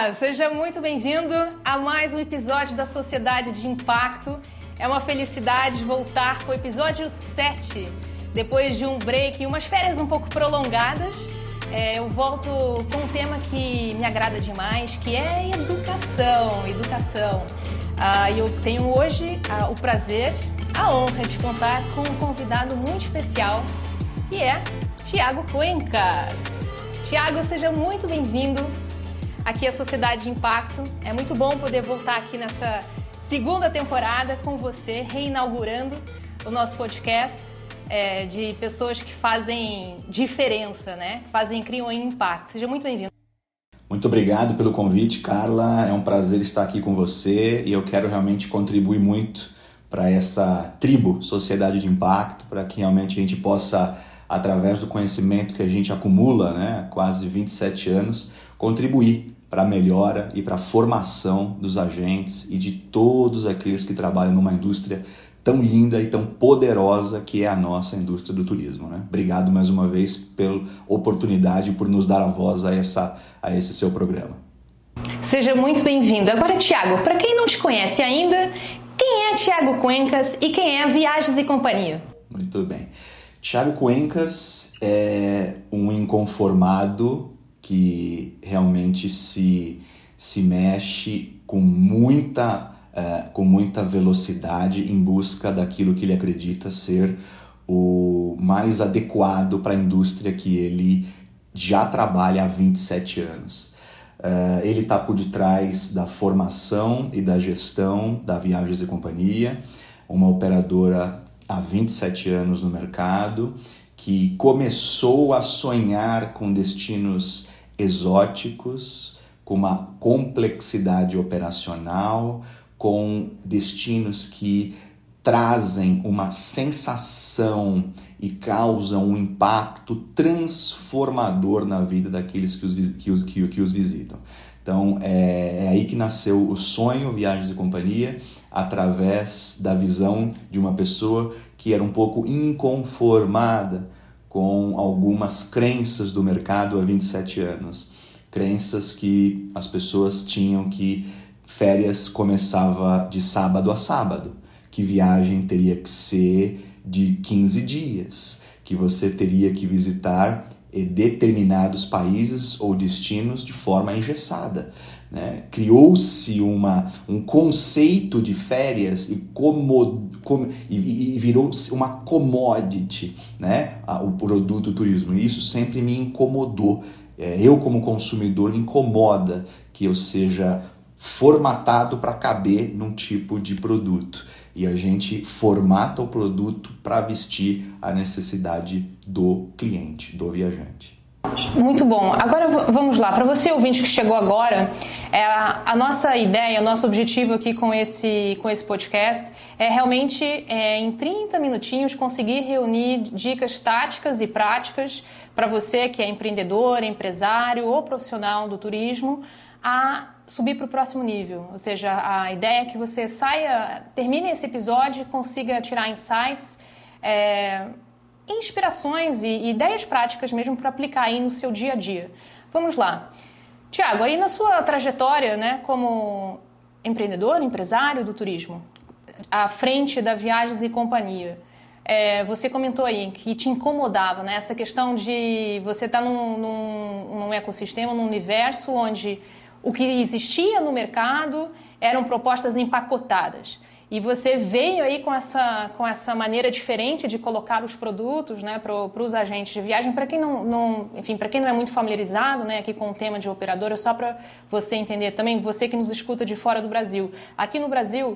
Olá, seja muito bem-vindo a mais um episódio da Sociedade de Impacto. É uma felicidade voltar com o episódio 7. Depois de um break e umas férias um pouco prolongadas, eu volto com um tema que me agrada demais, que é educação. E eu tenho hoje o prazer, a honra de contar com um convidado muito especial, que é Thiago Cuencas. Thiago, seja muito bem-vindo aqui à Sociedade de Impacto. É muito bom poder voltar aqui nessa segunda temporada com você, reinaugurando o nosso podcast de pessoas que fazem diferença, né? Criam impacto. Seja muito bem-vindo. Muito obrigado pelo convite, Carla. É um prazer estar aqui com você e eu quero realmente contribuir muito para essa tribo Sociedade de Impacto, para que realmente a gente possa, através do conhecimento que a gente acumula, né, quase 27 anos, contribuir para a melhora e para a formação dos agentes e de todos aqueles que trabalham numa indústria tão linda e tão poderosa que é a nossa indústria do turismo, né? Obrigado mais uma vez pela oportunidade, por nos dar a voz a esse seu programa. Seja muito bem-vindo. Agora, Thiago, para quem não te conhece ainda, quem é Thiago Cuencas e quem é Viagens e Companhia? Muito bem. Thiago Cuencas é um inconformado que realmente se mexe com muita velocidade em busca daquilo que ele acredita ser o mais adequado para a indústria que ele já trabalha há 27 anos. Ele está por detrás da formação e da gestão da Viagens e Companhia, uma operadora há 27 anos no mercado, que começou a sonhar com destinos exóticos, com uma complexidade operacional, com destinos que trazem uma sensação e causam um impacto transformador na vida daqueles que os visitam. Então, é aí que nasceu o sonho Viagens e Companhia, através da visão de uma pessoa que era um pouco inconformada com algumas crenças do mercado há 27 anos. Crenças que as pessoas tinham que férias começava de sábado a sábado, que viagem teria que ser de 15 dias, que você teria que visitar determinados países ou destinos de forma engessada, né? Criou-se um conceito de férias e virou-se uma commodity, né? O produto turismo. E isso sempre me incomodou. Eu, como consumidor, me incomoda que eu seja formatado para caber num tipo de produto. E a gente formata o produto para vestir a necessidade do cliente, do viajante. Muito bom. Agora vamos lá. Para você, ouvinte que chegou agora, a nossa ideia, o nosso objetivo aqui com esse podcast é realmente, em 30 minutinhos, conseguir reunir dicas táticas e práticas para você que é empreendedor, empresário ou profissional do turismo, a subir para o próximo nível. Ou seja, a ideia é que você termine esse episódio e consiga tirar insights, inspirações e ideias práticas mesmo para aplicar aí no seu dia a dia. Vamos lá. Thiago, aí na sua trajetória, né, como empreendedor, empresário do turismo, à frente da Viagens e Companhia, você comentou aí que te incomodava, né, essa questão de você estar num ecossistema, num universo onde o que existia no mercado eram propostas empacotadas. E você veio aí com essa maneira diferente de colocar os produtos, né, para os agentes de viagem. Para quem para quem não é muito familiarizado, né, aqui com o tema de operadora, só para você entender também, você que nos escuta de fora do Brasil. Aqui no Brasil,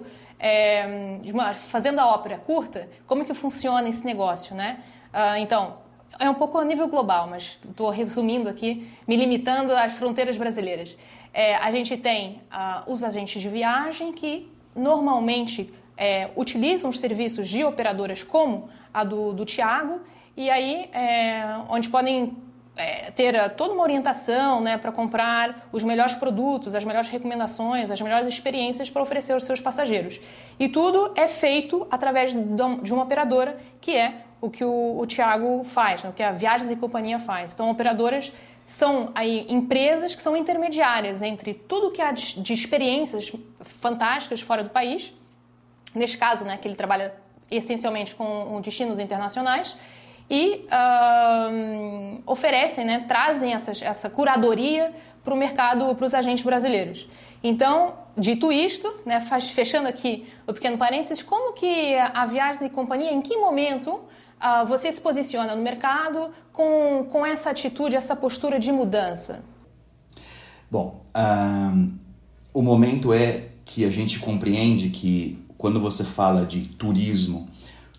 fazendo a ópera curta, como que funciona esse negócio, né? Então, é um pouco a nível global, mas estou resumindo aqui, me limitando às fronteiras brasileiras. A gente tem os agentes de viagem que normalmente utilizam os serviços de operadoras como a do Thiago, e aí onde podem ter toda uma orientação, né, para comprar os melhores produtos, as melhores recomendações, as melhores experiências para oferecer aos seus passageiros. E tudo é feito através de uma operadora, que é o que o Thiago faz, né, o que a Viagens e Companhia faz. Então, operadoras são aí empresas que são intermediárias entre tudo que há de experiências fantásticas fora do país, neste caso, né, que ele trabalha essencialmente com destinos internacionais, e oferecem, né, trazem essa curadoria para o mercado, para os agentes brasileiros. Então, dito isto, né, fechando aqui o pequeno parênteses, como que a Viagens e Companhia, em que momento você se posiciona no mercado com essa atitude, essa postura de mudança? Bom, o momento é que a gente compreende que quando você fala de turismo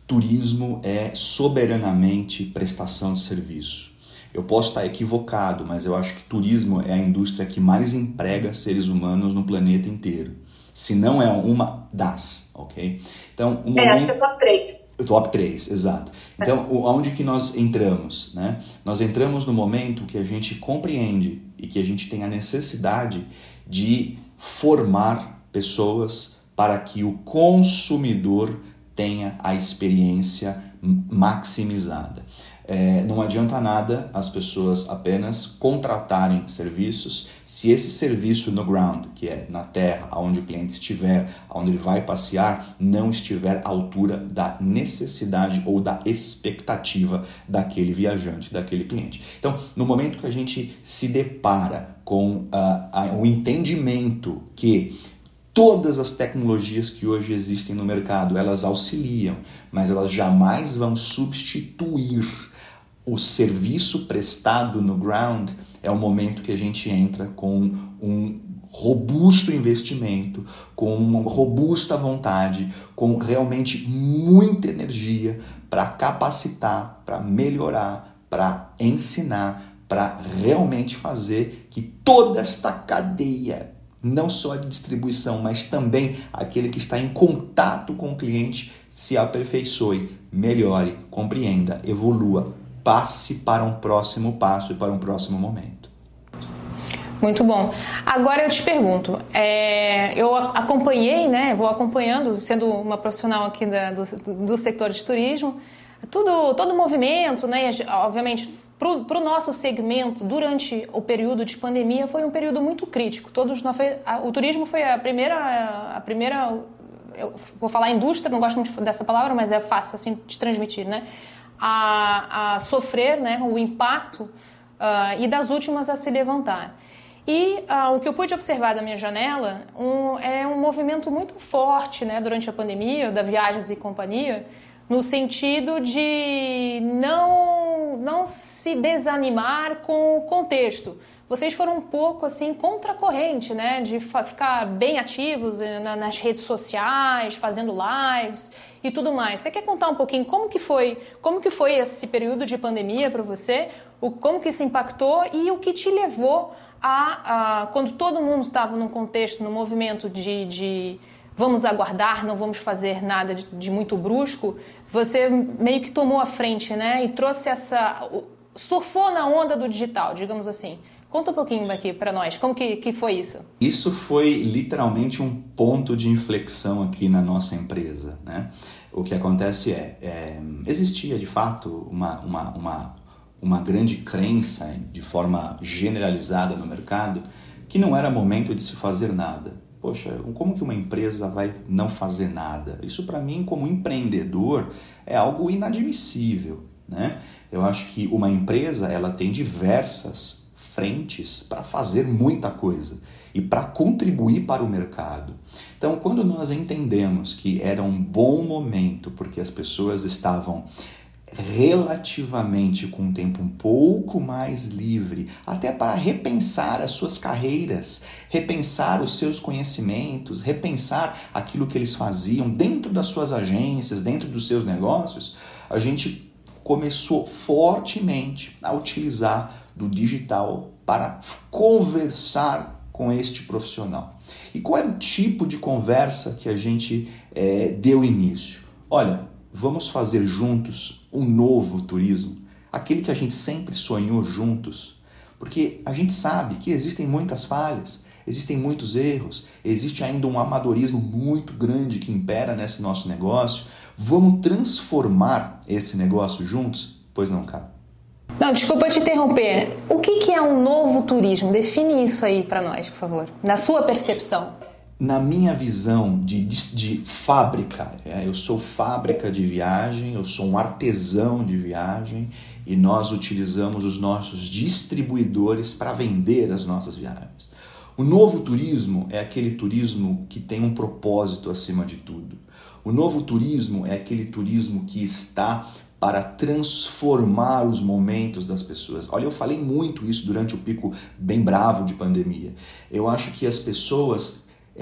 é soberanamente prestação de serviço. Eu posso estar equivocado, mas eu acho que turismo é a indústria que mais emprega seres humanos no planeta inteiro. Se não é uma das, ok? Então, acho que é top 3. Top 3, exato. Então, onde que nós entramos, né? Nós entramos no momento que a gente compreende e que a gente tem a necessidade de formar pessoas para que o consumidor tenha a experiência maximizada. Não adianta nada as pessoas apenas contratarem serviços se esse serviço no ground, que é na terra, onde o cliente estiver, onde ele vai passear, não estiver à altura da necessidade ou da expectativa daquele viajante, daquele cliente. Então, no momento que a gente se depara com o entendimento que todas as tecnologias que hoje existem no mercado, elas auxiliam, mas elas jamais vão substituir o serviço prestado no ground, é o momento que a gente entra com um robusto investimento, com uma robusta vontade, com realmente muita energia para capacitar, para melhorar, para ensinar, para realmente fazer que toda esta cadeia, não só de distribuição, mas também aquele que está em contato com o cliente, se aperfeiçoe, melhore, compreenda, evolua, passe para um próximo passo e para um próximo momento. Muito bom. Agora eu te pergunto, eu acompanhei, né, vou acompanhando, sendo uma profissional aqui do setor de turismo, todo o movimento, né, obviamente, para o nosso segmento, durante o período de pandemia, foi um período muito crítico. O turismo foi a primeira, eu vou falar indústria, não gosto muito dessa palavra, mas é fácil assim de transmitir, né? A sofrer, né, o impacto e das últimas a se levantar. E o que eu pude observar da minha janela é um movimento muito forte, né, durante a pandemia, da Viagens e Companhia, no sentido de não se desanimar com o contexto. Vocês foram um pouco assim contra-corrente, né, de ficar bem ativos nas redes sociais, fazendo lives e tudo mais. Você quer contar um pouquinho como que foi esse período de pandemia para você, como que isso impactou e o que te levou quando todo mundo estava num contexto, num movimento de vamos aguardar, não vamos fazer nada de muito brusco, você meio que tomou a frente, né, e trouxe surfou na onda do digital, digamos assim. Conta um pouquinho aqui para nós, como que foi isso? Isso foi literalmente um ponto de inflexão aqui na nossa empresa, né? O que acontece existia de fato uma grande crença de forma generalizada no mercado que não era momento de se fazer nada. Poxa, como que uma empresa vai não fazer nada? Isso para mim, como empreendedor, é algo inadmissível, né? Eu acho que uma empresa ela tem diversas frentes para fazer muita coisa e para contribuir para o mercado. Então, quando nós entendemos que era um bom momento, porque as pessoas estavam relativamente com um tempo um pouco mais livre, até para repensar as suas carreiras, repensar os seus conhecimentos, repensar aquilo que eles faziam dentro das suas agências, dentro dos seus negócios, a gente começou fortemente a utilizar do digital para conversar com este profissional. E qual era o tipo de conversa que a gente deu início? Olha, vamos fazer juntos um novo turismo, aquele que a gente sempre sonhou juntos, porque a gente sabe que existem muitas falhas, existem muitos erros, existe ainda um amadorismo muito grande que impera nesse nosso negócio. Vamos transformar esse negócio juntos? Pois não, cara? Não, desculpa te interromper. O que é um novo turismo? Define isso aí para nós, por favor, na sua percepção. Na minha visão de fábrica, eu sou fábrica de viagem, eu sou um artesão de viagem e nós utilizamos os nossos distribuidores para vender as nossas viagens. O novo turismo é aquele turismo que tem um propósito acima de tudo. O novo turismo é aquele turismo que está para transformar os momentos das pessoas. Olha, eu falei muito isso durante o pico bem bravo de pandemia. Eu acho que as pessoas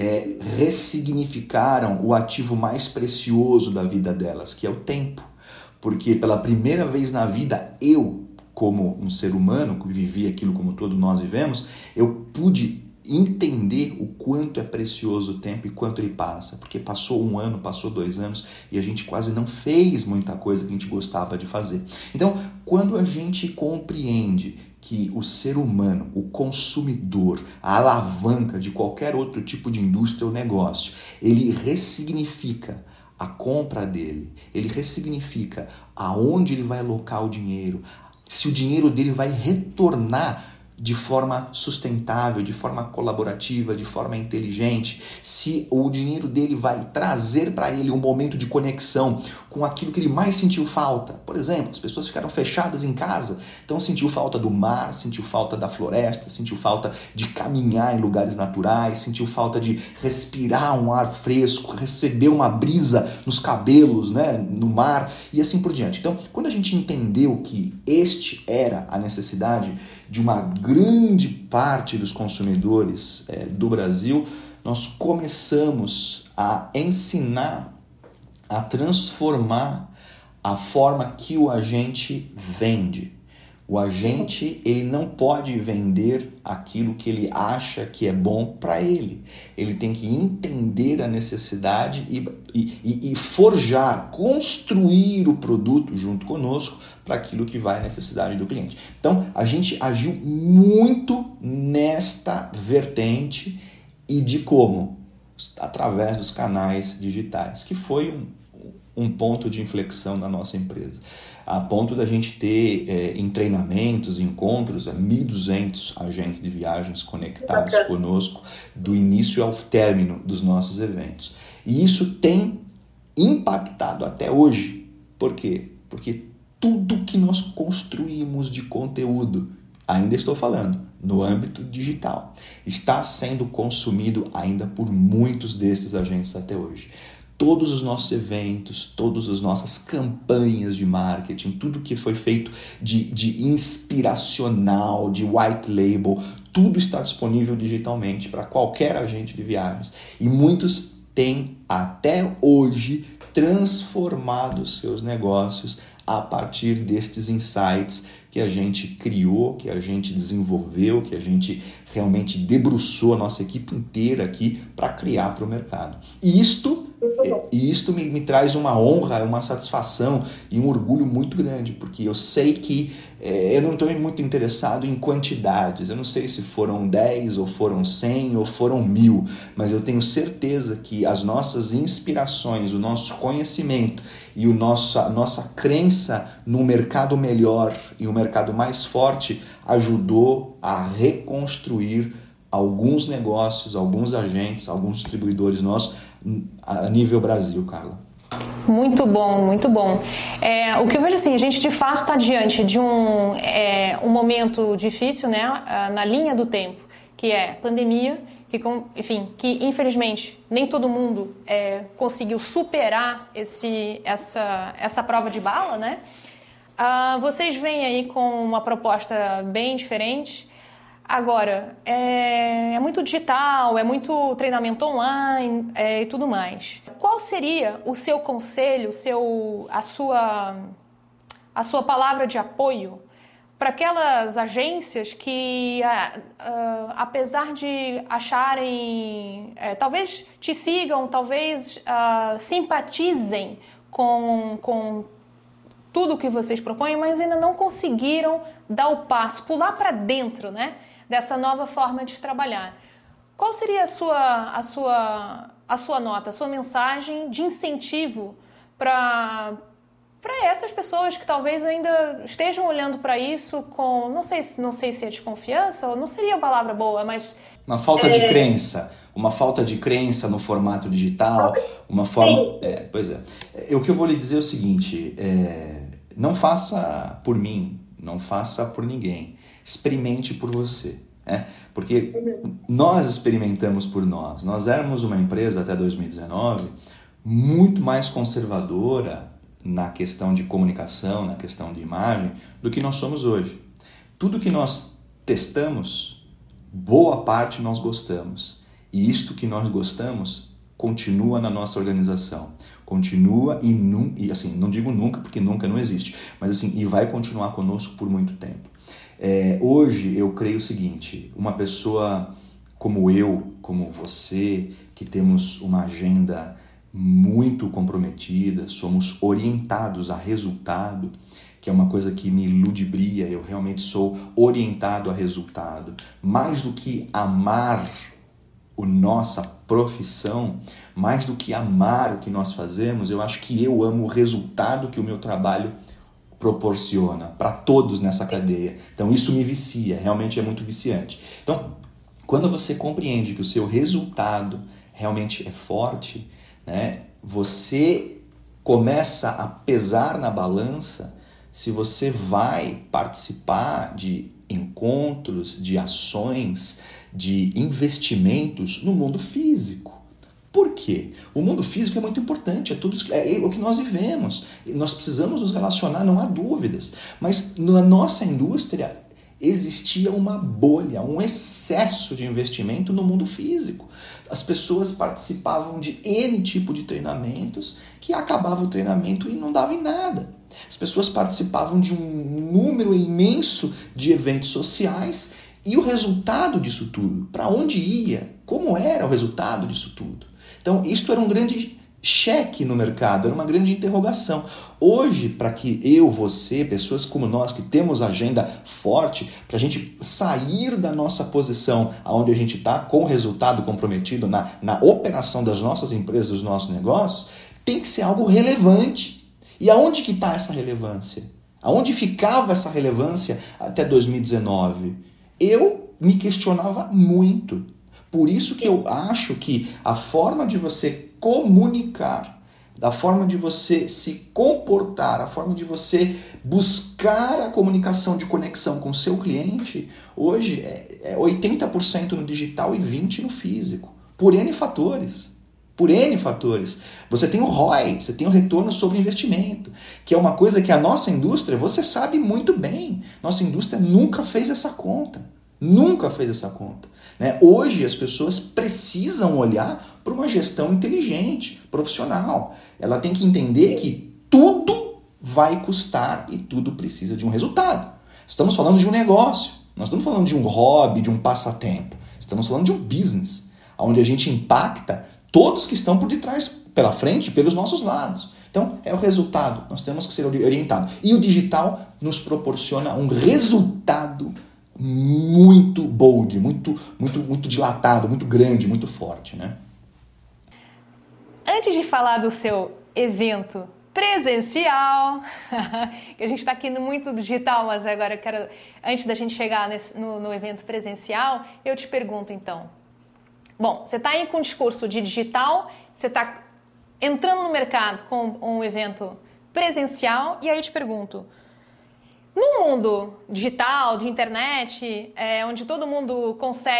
ressignificaram o ativo mais precioso da vida delas, que é o tempo. Porque pela primeira vez na vida, eu, como um ser humano que vivi aquilo como todos nós vivemos, eu pude entender o quanto é precioso o tempo e quanto ele passa, porque passou 1 ano, passou 2 anos e a gente quase não fez muita coisa que a gente gostava de fazer. Então, quando a gente compreende que o ser humano, o consumidor, a alavanca de qualquer outro tipo de indústria ou negócio, ele ressignifica a compra dele, ele ressignifica aonde ele vai alocar o dinheiro, se o dinheiro dele vai retornar de forma sustentável, de forma colaborativa, de forma inteligente, se o dinheiro dele vai trazer para ele um momento de conexão com aquilo que ele mais sentiu falta. Por exemplo, as pessoas ficaram fechadas em casa, então sentiu falta do mar, sentiu falta da floresta, sentiu falta de caminhar em lugares naturais, sentiu falta de respirar um ar fresco, receber uma brisa nos cabelos, né, no mar e assim por diante. Então, quando a gente entendeu que este era a necessidade de uma grande parte dos consumidores do Brasil, nós começamos a ensinar, a transformar a forma que o agente vende. O agente, ele não pode vender aquilo que ele acha que é bom para ele. Ele tem que entender a necessidade e forjar, construir o produto junto conosco para aquilo que vai à necessidade do cliente. Então, a gente agiu muito nesta vertente e de como? Através dos canais digitais, que foi um ponto de inflexão na nossa empresa. A ponto da gente ter em treinamentos, encontros, 1.200 agentes de viagens conectados conosco do início ao término dos nossos eventos. E isso tem impactado até hoje. Por quê? Porque tudo que nós construímos de conteúdo, ainda estou falando, no âmbito digital, está sendo consumido ainda por muitos desses agentes até hoje. Todos os nossos eventos, todas as nossas campanhas de marketing, tudo que foi feito de inspiracional, de white label, tudo está disponível digitalmente para qualquer agente de viagens. E muitos têm até hoje transformado seus negócios a partir destes insights que a gente criou, que a gente desenvolveu, que a gente realmente debruçou a nossa equipe inteira aqui para criar para o mercado. E isto me traz uma honra, uma satisfação e um orgulho muito grande, porque eu sei que eu não estou muito interessado em quantidades, eu não sei se foram 10 ou foram 100 ou foram 1.000, mas eu tenho certeza que as nossas inspirações, o nosso conhecimento e a nossa crença num mercado melhor e um mercado mais forte ajudou a reconstruir alguns negócios, alguns agentes, alguns distribuidores nossos a nível Brasil, Carla. Muito bom, muito bom. O que eu vejo assim, a gente de fato está diante de um momento difícil, né, na linha do tempo, que é pandemia, que infelizmente nem todo mundo conseguiu superar essa prova de bala, né? Vocês vêm aí com uma proposta bem diferente. Agora, é muito digital, é muito treinamento online e tudo mais. Qual seria o seu conselho, a sua palavra de apoio para aquelas agências que, apesar de acharem, talvez te sigam, talvez simpatizem com tudo que vocês propõem, mas ainda não conseguiram dar o passo, pular para dentro, né, dessa nova forma de trabalhar? Qual seria a sua nota, a sua mensagem de incentivo para para essas pessoas que talvez ainda estejam olhando para isso com, não sei se é desconfiança, ou não seria a palavra boa, mas... Uma falta de crença. Uma falta de crença no formato digital, uma forma... Pois é. O que eu vou lhe dizer é o seguinte, não faça por mim, não faça por ninguém. Experimente por você. Porque nós experimentamos por nós. Nós éramos uma empresa até 2019 muito mais conservadora na questão de comunicação, na questão de imagem, do que nós somos hoje. Tudo que nós testamos, boa parte nós gostamos. E isto que nós gostamos continua na nossa organização. Continua e assim, não digo nunca, porque nunca não existe, mas assim, e vai continuar conosco por muito tempo. Hoje eu creio o seguinte, uma pessoa como eu, como você, que temos uma agenda muito comprometida, somos orientados a resultado, que é uma coisa que me ludibria, eu realmente sou orientado a resultado. Mais do que amar a nossa profissão, mais do que amar o que nós fazemos, eu acho que eu amo o resultado que o meu trabalho proporciona para todos nessa cadeia. Então isso me vicia, realmente é muito viciante. Então, quando você compreende que o seu resultado realmente é forte, né, você começa a pesar na balança se você vai participar de encontros, de ações, de investimentos no mundo físico. Por quê? O mundo físico é muito importante, é o que nós vivemos. Nós precisamos nos relacionar, não há dúvidas. Mas na nossa indústria existia uma bolha, um excesso de investimento no mundo físico. As pessoas participavam de N tipo de treinamentos que acabava o treinamento e não dava em nada. As pessoas participavam de um número imenso de eventos sociais e o resultado disso tudo, para onde ia, como era o resultado disso tudo. Então, isto era um grande cheque no mercado, era uma grande interrogação. Hoje, para que eu, você, pessoas como nós, que temos agenda forte, para a gente sair da nossa posição onde a gente está, com o resultado comprometido na operação das nossas empresas, dos nossos negócios, tem que ser algo relevante. E aonde que está essa relevância? Aonde ficava essa relevância até 2019? Eu me questionava muito. Por isso que eu acho que a forma de você comunicar, da forma de você se comportar, a forma de você buscar a comunicação de conexão com o seu cliente, hoje é 80% no digital e 20% no físico. Por N fatores. Por N fatores. Você tem o ROI, você tem o retorno sobre investimento, que é uma coisa que a nossa indústria, você sabe muito bem, nossa indústria nunca fez essa conta. Nunca fez essa conta. Né? Hoje as pessoas precisam olhar para uma gestão inteligente, profissional. Ela tem que entender que tudo vai custar e tudo precisa de um resultado. Estamos falando de um negócio, nós estamos falando de um hobby, de um passatempo. Estamos falando de um business, onde a gente impacta todos que estão por detrás, pela frente, pelos nossos lados. Então, é o resultado. Nós temos que ser orientados. E o digital nos proporciona um resultado muito bold, muito dilatado, muito grande, muito forte, né? Antes de falar do seu evento presencial, que a gente está aqui no muito digital, mas agora eu quero, antes da gente chegar no evento presencial, eu te pergunto então. Bom, você está aí com um discurso de digital, você está entrando no mercado com um evento presencial, e aí eu te pergunto, no mundo digital, de internet, onde todo mundo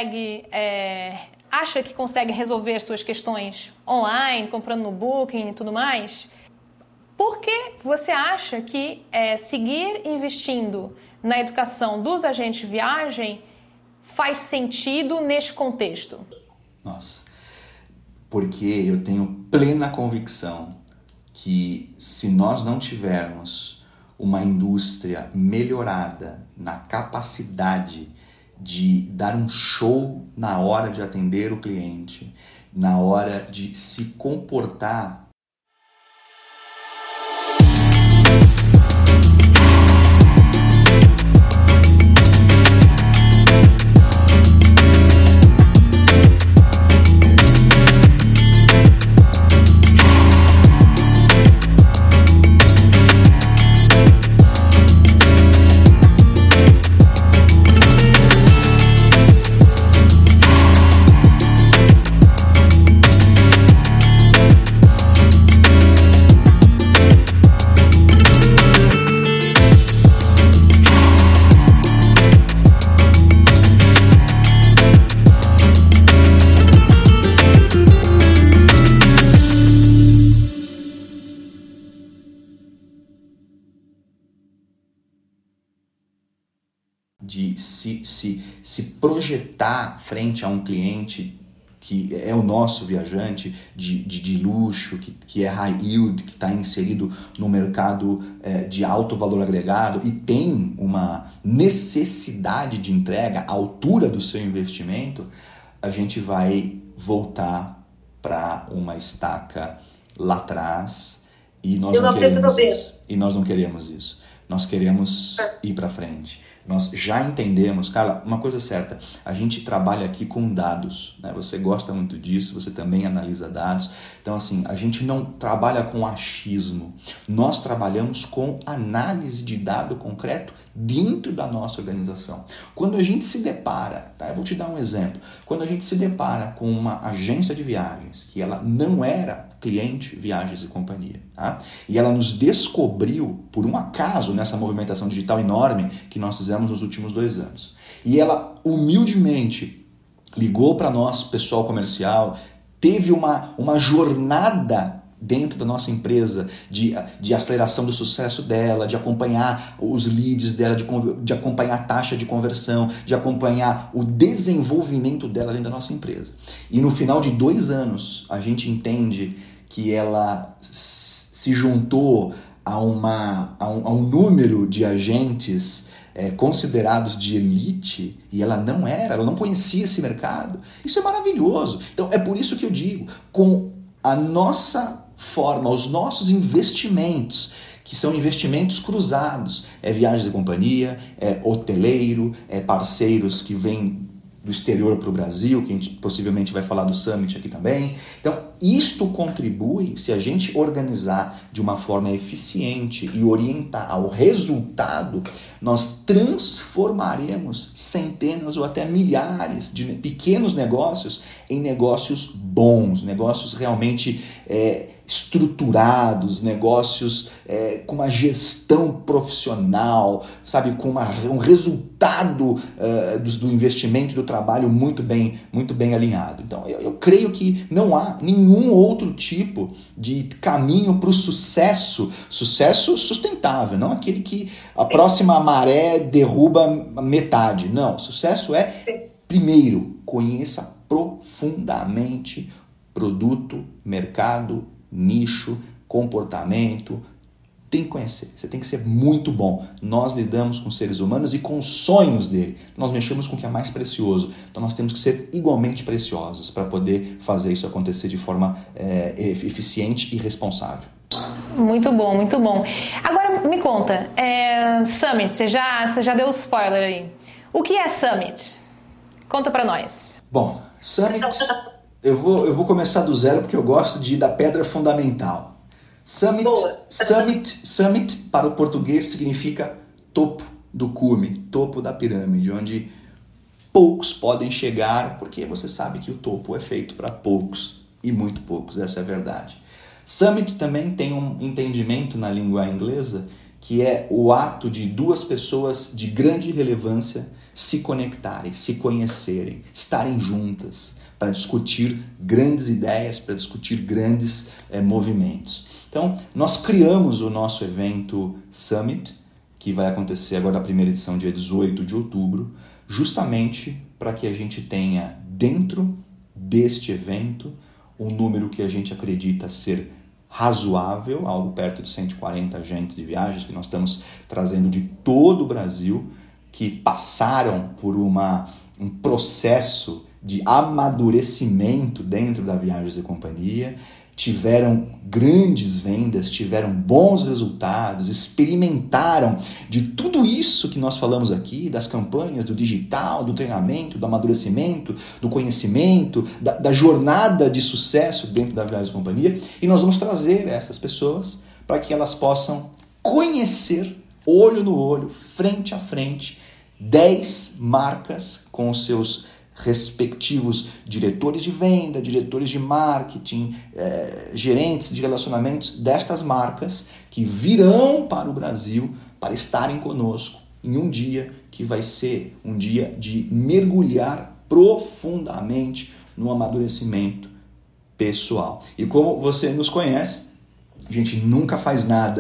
acha que consegue resolver suas questões online, comprando no Booking e tudo mais, por que você acha que seguir investindo na educação dos agentes de viagem faz sentido neste contexto? Nossa, porque eu tenho plena convicção que se nós não tivermos uma indústria melhorada na capacidade de dar um show na hora de atender o cliente, na hora de se comportar de se projetar frente a um cliente que é o nosso viajante de luxo, que é high yield, que está inserido no mercado de alto valor agregado e tem uma necessidade de entrega à altura do seu investimento, a gente vai voltar para uma estaca lá atrás e nós não queremos isso. E nós não queremos isso. Nós queremos ir para frente. Nós já entendemos, Carla, uma coisa certa, a gente trabalha aqui com dados, né? Você gosta muito disso, você também analisa dados. Então, assim, a gente não trabalha com achismo, nós trabalhamos com análise de dado concreto dentro da nossa organização. Quando a gente se depara, tá? Eu vou te dar um exemplo, quando a gente se depara com uma agência de viagens, que ela não era cliente Viagens e Companhia, tá? E ela nos descobriu, por um acaso, nessa movimentação digital enorme que nós fizemos nos últimos 2 anos. E ela humildemente ligou para nós, pessoal comercial, teve uma jornada dentro da nossa empresa de aceleração do sucesso dela, de acompanhar os leads dela, de acompanhar a taxa de conversão, de acompanhar o desenvolvimento dela dentro da nossa empresa. E no final de 2 anos, a gente entende que ela se juntou a um número de agentes considerados de elite, e ela não conhecia esse mercado. Isso é maravilhoso. Então é por isso que eu digo, com a nossa forma, os nossos investimentos, que são investimentos cruzados, Viagens e Companhia, hoteleiro, parceiros que vêm do exterior para o Brasil, que a gente possivelmente vai falar do Summit aqui também. Então, isto contribui, se a gente organizar de uma forma eficiente e orientar ao resultado, nós transformaremos centenas ou até milhares de pequenos negócios em negócios bons, negócios realmente estruturados, negócios com uma gestão profissional, sabe, com um resultado do investimento e do trabalho muito bem alinhado. Então, eu creio que não há nenhum outro tipo de caminho para o sucesso sustentável, não aquele que a próxima maré derruba metade. Não, o sucesso primeiro, conheça profundamente produto, mercado, nicho, comportamento. Tem que conhecer, você tem que ser muito bom. Nós lidamos com seres humanos e com os sonhos dele. Nós mexemos com o que é mais precioso. Então nós temos que ser igualmente preciosos para poder fazer isso acontecer de forma eficiente e responsável. Muito bom, muito bom. Agora me conta, Summit, você já deu spoiler aí. O que é Summit? Conta para nós. Bom, Summit, eu vou começar do zero porque eu gosto de ir da pedra fundamental. Summit para o português significa topo do cume, topo da pirâmide, onde poucos podem chegar, porque você sabe que o topo é feito para poucos, e muito poucos, essa é a verdade. Summit também tem um entendimento na língua inglesa, que é o ato de 2 pessoas de grande relevância se conectarem, se conhecerem, estarem juntas, para discutir grandes ideias, para discutir grandes movimentos. Então, nós criamos o nosso evento Summit, que vai acontecer agora a primeira edição, dia 18 de outubro, justamente para que a gente tenha dentro deste evento um número que a gente acredita ser razoável, algo perto de 140 agentes de viagens que nós estamos trazendo de todo o Brasil, que passaram por um processo de amadurecimento dentro da Viagens e Companhia, tiveram grandes vendas, tiveram bons resultados, experimentaram de tudo isso que nós falamos aqui, das campanhas, do digital, do treinamento, do amadurecimento, do conhecimento, da jornada de sucesso dentro da Viagens e Companhia, e nós vamos trazer essas pessoas para que elas possam conhecer, olho no olho, frente a frente, 10 marcas com os seus respectivos diretores de venda, diretores de marketing, gerentes de relacionamentos destas marcas que virão para o Brasil para estarem conosco em um dia que vai ser um dia de mergulhar profundamente no amadurecimento pessoal. E como você nos conhece, a gente nunca faz nada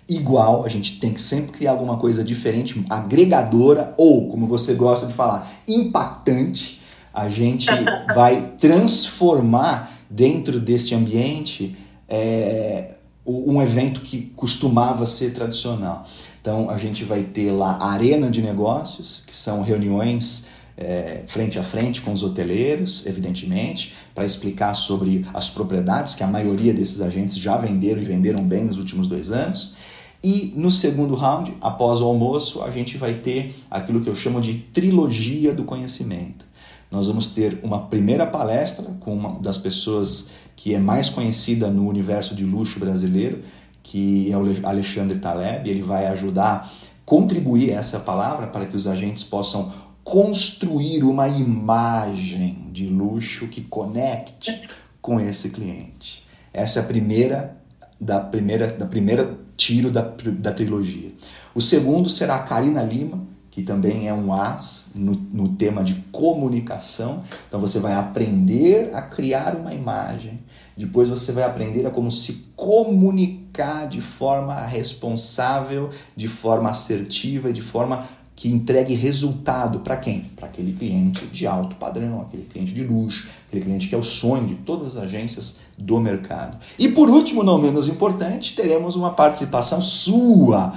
igual, a gente tem que sempre criar alguma coisa diferente, agregadora ou, como você gosta de falar, impactante. A gente vai transformar dentro deste ambiente um evento que costumava ser tradicional. Então, a gente vai ter lá a arena de negócios, que são reuniões frente a frente com os hoteleiros, evidentemente, para explicar sobre as propriedades que a maioria desses agentes já venderam e venderam bem nos últimos 2 anos. E no segundo round, após o almoço, a gente vai ter aquilo que eu chamo de trilogia do conhecimento. Nós vamos ter uma primeira palestra com uma das pessoas que é mais conhecida no universo de luxo brasileiro, que é o Alexandre Taleb. Ele vai ajudar, contribuir essa palavra para que os agentes possam construir uma imagem de luxo que conecte com esse cliente. Essa é a primeira tiro da trilogia. O segundo será a Karina Lima, que também é um as no tema de comunicação. Então você vai aprender a criar uma imagem, depois você vai aprender a como se comunicar de forma responsável, de forma assertiva e de forma que entregue resultado para quem? Para aquele cliente de alto padrão, aquele cliente de luxo, aquele cliente que é o sonho de todas as agências do mercado. E por último, não menos importante, teremos uma participação sua,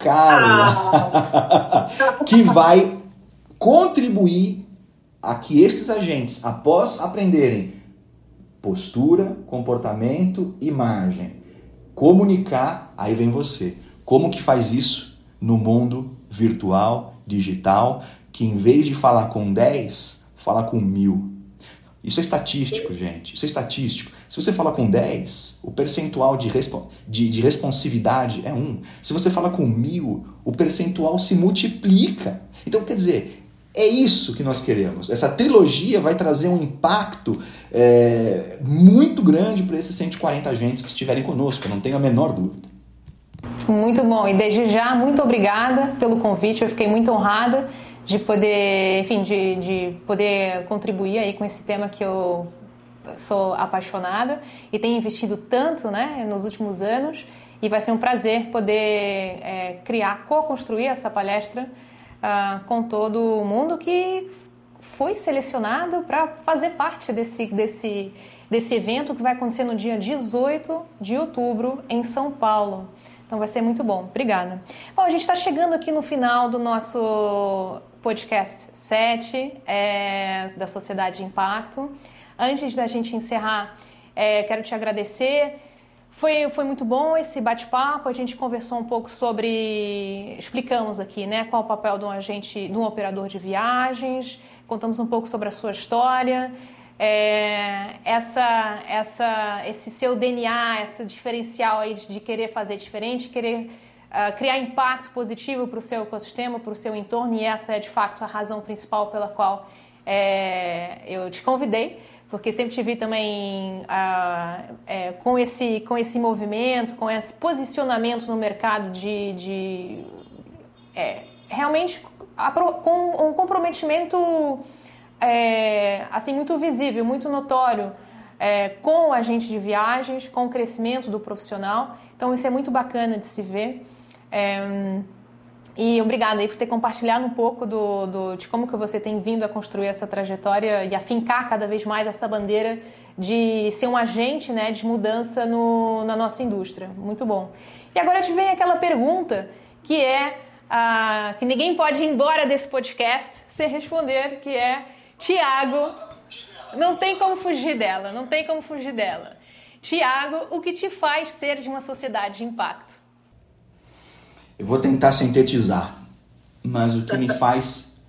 Carla, que vai contribuir a que estes agentes, após aprenderem postura, comportamento, imagem, comunicar, aí vem você. Como que faz isso no mundo virtual, digital, que em vez de falar com 10, fala com 1000? Isso é estatístico, gente. Isso é estatístico. Se você fala com 10, o percentual de responsividade é 1. Se você fala com 1000, o percentual se multiplica. Então, quer dizer, é isso que nós queremos. Essa trilogia vai trazer um impacto muito grande para esses 140 agentes que estiverem conosco, eu não tenho a menor dúvida. Muito bom. E desde já, muito obrigada pelo convite. Eu fiquei muito honrada de poder, enfim, de poder contribuir aí com esse tema que eu sou apaixonada e tenho investido tanto, né, nos últimos anos. E vai ser um prazer poder co-construir essa palestra com todo mundo que foi selecionado para fazer parte desse evento que vai acontecer no dia 18 de outubro em São Paulo. Então vai ser muito bom. Obrigada. Bom, a gente está chegando aqui no final do nosso podcast 7 da Sociedade de Impacto. Antes da gente encerrar, quero te agradecer. Foi muito bom esse bate-papo. A gente conversou um pouco sobre... Explicamos aqui, né, qual o papel de um agente, de um operador de viagens. Contamos um pouco sobre a sua história. Esse seu DNA, esse diferencial aí de querer fazer diferente, querer criar impacto positivo para o seu ecossistema, para o seu entorno, e essa é de fato a razão principal pela qual eu te convidei, porque sempre te vi também com esse movimento, com esse posicionamento no mercado realmente com um comprometimento assim, muito visível, muito notório com o agente de viagens, com o crescimento do profissional. Então isso é muito bacana de se ver. E obrigada aí por ter compartilhado um pouco de como que você tem vindo a construir essa trajetória e a fincar cada vez mais essa bandeira de ser um agente, né, de mudança na nossa indústria. Muito bom. E agora te vem aquela pergunta que que ninguém pode ir embora desse podcast sem responder, que é: Tiago, não tem como fugir dela. Tiago, o que te faz ser de uma sociedade de impacto? Eu vou tentar sintetizar, mas o que me faz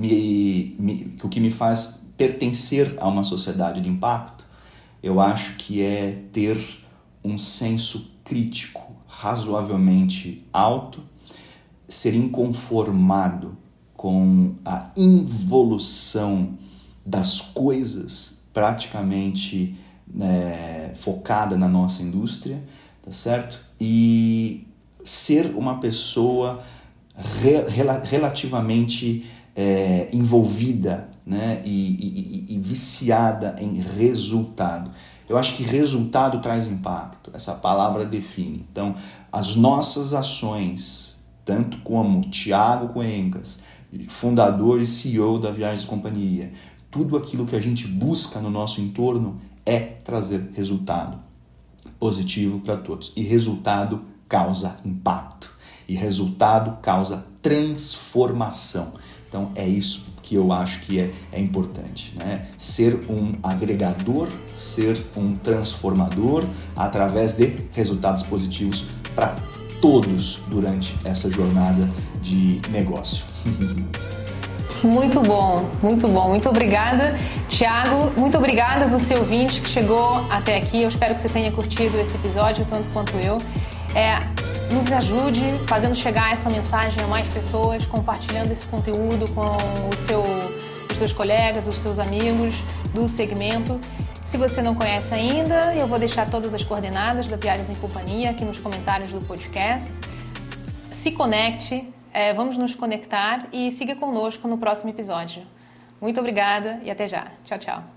pertencer a uma sociedade de impacto, eu acho que é ter um senso crítico razoavelmente alto, ser inconformado com a involução das coisas praticamente focada na nossa indústria, tá certo? E ser uma pessoa relativamente envolvida, né? e viciada em resultado. Eu acho que resultado traz impacto, essa palavra define. Então, as nossas ações, tanto como Thiago Cuengas, fundador e CEO da Viagens Companhia, tudo aquilo que a gente busca no nosso entorno é trazer resultado positivo para todos. E resultado causa impacto. E resultado causa transformação. Então é isso que eu acho que é importante, né? Ser um agregador, ser um transformador através de resultados positivos para todos durante essa jornada de negócio. Muito bom, muito bom. Muito obrigada, Thiago. Muito obrigada a você, ouvinte, que chegou até aqui. Eu espero que você tenha curtido esse episódio, tanto quanto eu. Nos ajude fazendo chegar essa mensagem a mais pessoas, compartilhando esse conteúdo com os seus colegas, os seus amigos do segmento. Se você não conhece ainda, eu vou deixar todas as coordenadas da Viagens em Companhia aqui nos comentários do podcast. Se conecte, vamos nos conectar e siga conosco no próximo episódio. Muito obrigada e até já. Tchau, tchau.